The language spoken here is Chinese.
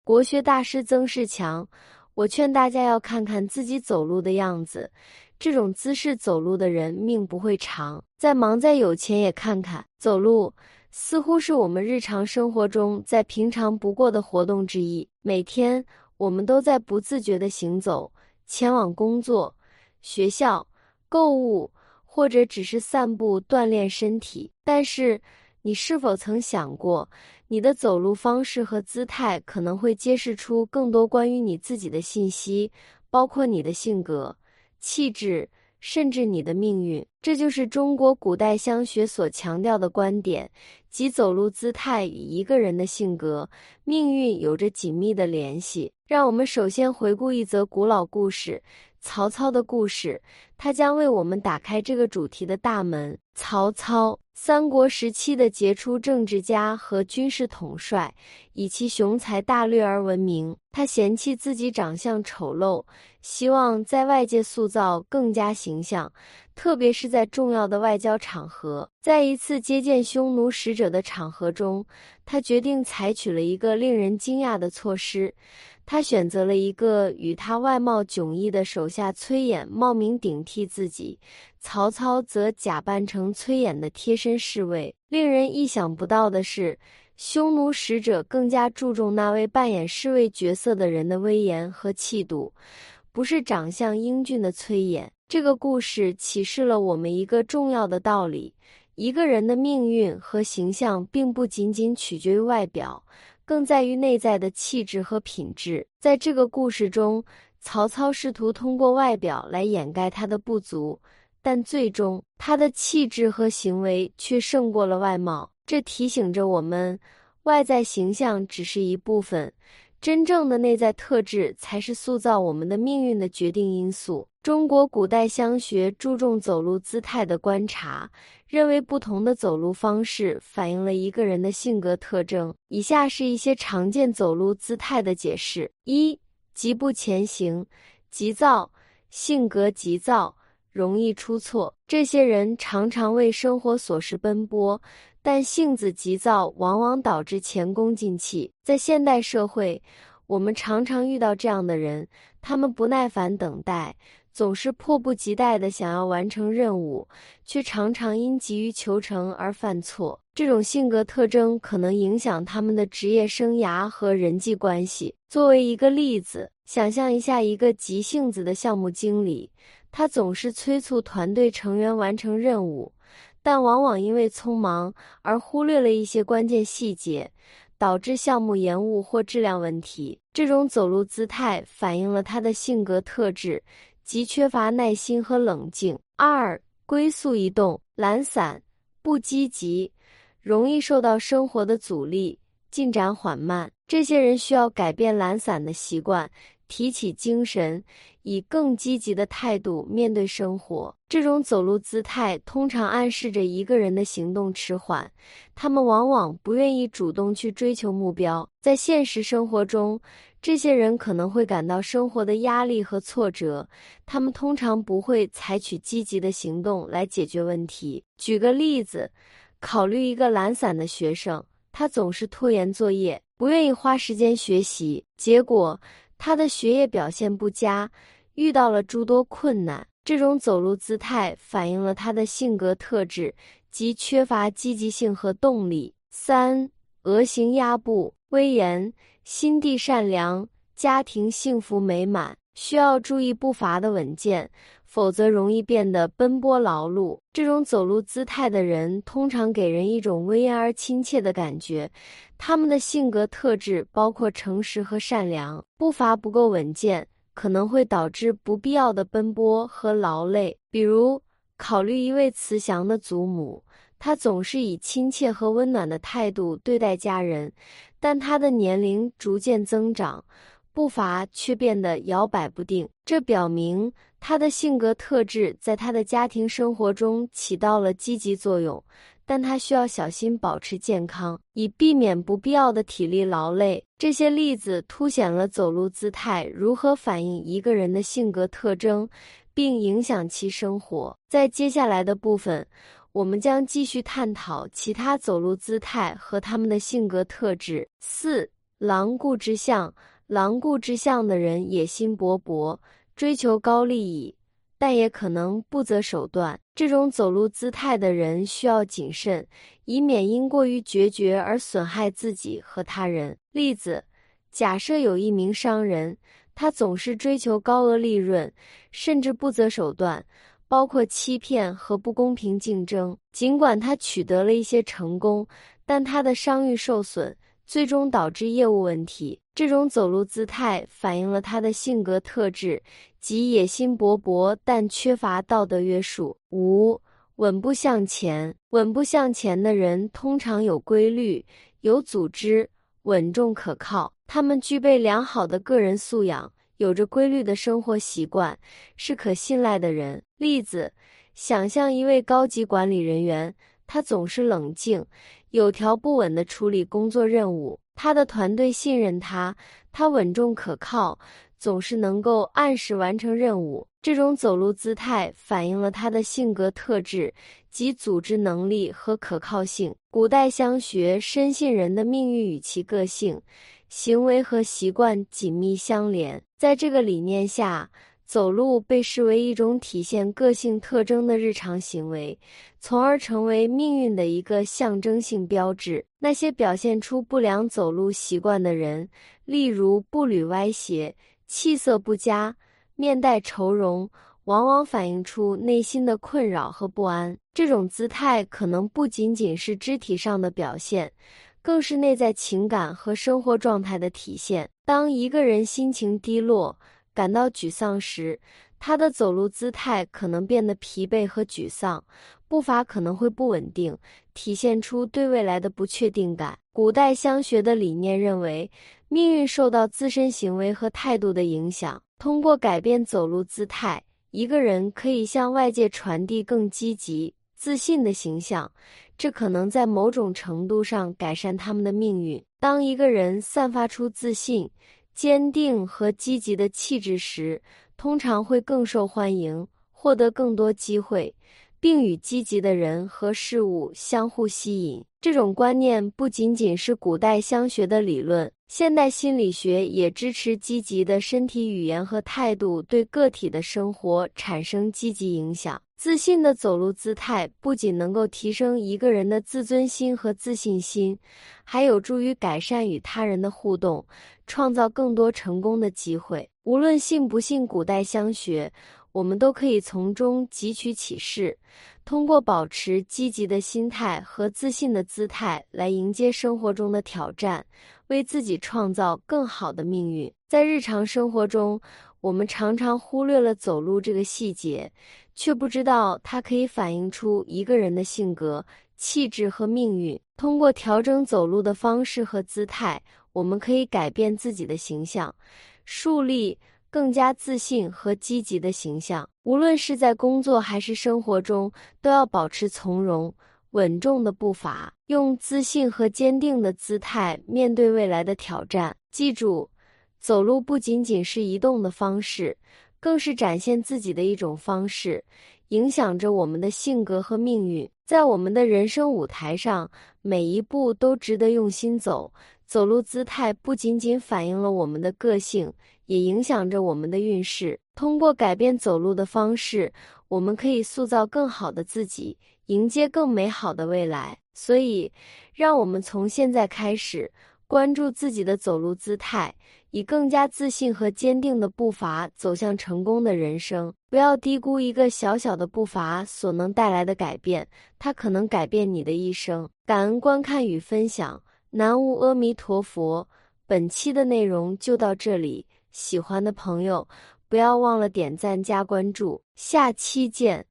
国学大师曾仕强，我劝大家要看看自己走路的样子，这种姿势走路的人命不会长。再忙再有钱也看看，走路似乎是我们日常生活中再平常不过的活动之一。每天我们都在不自觉地行走，前往工作、学校、购物，或者只是散步锻炼身体。但是你是否曾想过，你的走路方式和姿态可能会揭示出更多关于你自己的信息，包括你的性格、气质，甚至你的命运。这就是中国古代相学所强调的观点，即走路姿态与一个人的性格、命运有着紧密的联系。让我们首先回顾一则古老故事，曹操的故事，它将为我们打开这个主题的大门。曹操，三国时期的杰出政治家和军事统帅，以其雄才大略而闻名。他嫌弃自己长相丑陋，希望在外界塑造更加形象，特别是在重要的外交场合。在一次接见匈奴使者的场合中，他决定采取了一个令人惊讶的措施。他选择了一个与他外貌迥异的手下崔琰冒名顶替自己，曹操则假扮成崔琰的贴身侍卫。令人意想不到的是，匈奴使者更加注重那位扮演侍卫角色的人的威严和气度，不是长相英俊的崔琰。这个故事启示了我们一个重要的道理：一个人的命运和形象并不仅仅取决于外表，更在于内在的气质和品质。在这个故事中，曹操试图通过外表来掩盖他的不足，但最终他的气质和行为却胜过了外貌。这提醒着我们，外在形象只是一部分，真正的内在特质才是塑造我们的命运的决定因素。中国古代相学注重走路姿态的观察，认为不同的走路方式反映了一个人的性格特征。以下是一些常见走路姿态的解释：一、疾步前行，急躁，性格急躁，容易出错。这些人常常为生活琐事奔波，但性子急躁往往导致前功尽弃。在现代社会，我们常常遇到这样的人，他们不耐烦等待，总是迫不及待地想要完成任务，却常常因急于求成而犯错。这种性格特征可能影响他们的职业生涯和人际关系。作为一个例子，想象一下一个急性子的项目经理，他总是催促团队成员完成任务，但往往因为匆忙而忽略了一些关键细节，导致项目延误或质量问题。这种走路姿态反映了他的性格特质，即缺乏耐心和冷静。二、龟速一动，懒散，不积极，容易受到生活的阻力，进展缓慢。这些人需要改变懒散的习惯，提起精神，以更积极的态度面对生活。这种走路姿态通常暗示着一个人的行动迟缓，他们往往不愿意主动去追求目标。在现实生活中，这些人可能会感到生活的压力和挫折，他们通常不会采取积极的行动来解决问题。举个例子，考虑一个懒散的学生，他总是拖延作业，不愿意花时间学习，结果他的学业表现不佳，遇到了诸多困难。这种走路姿态反映了他的性格特质，即缺乏积极性和动力。三、额行压步，威严，心地善良，家庭幸福美满。需要注意步伐的稳健，否则容易变得奔波劳碌。这种走路姿态的人通常给人一种威严而亲切的感觉，他们的性格特质包括诚实和善良。步伐不够稳健，可能会导致不必要的奔波和劳累。比如，考虑一位慈祥的祖母，她总是以亲切和温暖的态度对待家人，但她的年龄逐渐增长，步伐却变得摇摆不定。这表明他的性格特质在他的家庭生活中起到了积极作用，但他需要小心保持健康，以避免不必要的体力劳累。这些例子凸显了走路姿态如何反映一个人的性格特征，并影响其生活。在接下来的部分，我们将继续探讨其他走路姿态和他们的性格特质。四、 狼顾之相，狼顾之相的人野心勃勃，追求高利益，但也可能不择手段。这种走路姿态的人需要谨慎，以免因过于决绝而损害自己和他人。例子：假设有一名商人，他总是追求高额利润，甚至不择手段，包括欺骗和不公平竞争。尽管他取得了一些成功，但他的商誉受损，最终导致业务问题。这种走路姿态反映了他的性格特质，即野心勃勃但缺乏道德约束。5. 稳步向前。稳步向前的人通常有规律、有组织、稳重可靠，他们具备良好的个人素养，有着规律的生活习惯，是可信赖的人。例子：想象一位高级管理人员，他总是冷静、有条不紊地处理工作任务，他的团队信任他，他稳重可靠，总是能够按时完成任务。这种走路姿态反映了他的性格特质，即组织能力和可靠性。古代相学深信人的命运与其个性、行为和习惯紧密相连。在这个理念下，走路被视为一种体现个性特征的日常行为，从而成为命运的一个象征性标志。那些表现出不良走路习惯的人，例如步履歪斜、气色不佳、面带愁容，往往反映出内心的困扰和不安。这种姿态可能不仅仅是肢体上的表现，更是内在情感和生活状态的体现。当一个人心情低落，感到沮丧时，他的走路姿态可能变得疲惫和沮丧，步伐可能会不稳定，体现出对未来的不确定感。古代相学的理念认为，命运受到自身行为和态度的影响。通过改变走路姿态，一个人可以向外界传递更积极、自信的形象，这可能在某种程度上改善他们的命运。当一个人散发出自信、坚定和积极的气质时，通常会更受欢迎，获得更多机会，并与积极的人和事物相互吸引。这种观念不仅仅是古代相学的理论，现代心理学也支持积极的身体语言和态度对个体的生活产生积极影响。自信的走路姿态不仅能够提升一个人的自尊心和自信心，还有助于改善与他人的互动，创造更多成功的机会。无论信不信古代相学，我们都可以从中汲取启示，通过保持积极的心态和自信的姿态来迎接生活中的挑战，为自己创造更好的命运。在日常生活中，我们常常忽略了走路这个细节，却不知道它可以反映出一个人的性格、气质和命运。通过调整走路的方式和姿态，我们可以改变自己的形象，树立更加自信和积极的形象。无论是在工作还是生活中，都要保持从容、稳重的步伐，用自信和坚定的姿态面对未来的挑战。记住，走路不仅仅是移动的方式，更是展现自己的一种方式，影响着我们的性格和命运。在我们的人生舞台上，每一步都值得用心走。走路姿态不仅仅反映了我们的个性，也影响着我们的运势。通过改变走路的方式，我们可以塑造更好的自己，迎接更美好的未来。所以，让我们从现在开始，关注自己的走路姿态，以更加自信和坚定的步伐走向成功的人生。不要低估一个小小的步伐所能带来的改变，它可能改变你的一生。感恩观看与分享，南无阿弥陀佛。本期的内容就到这里，喜欢的朋友不要忘了点赞加关注，下期见。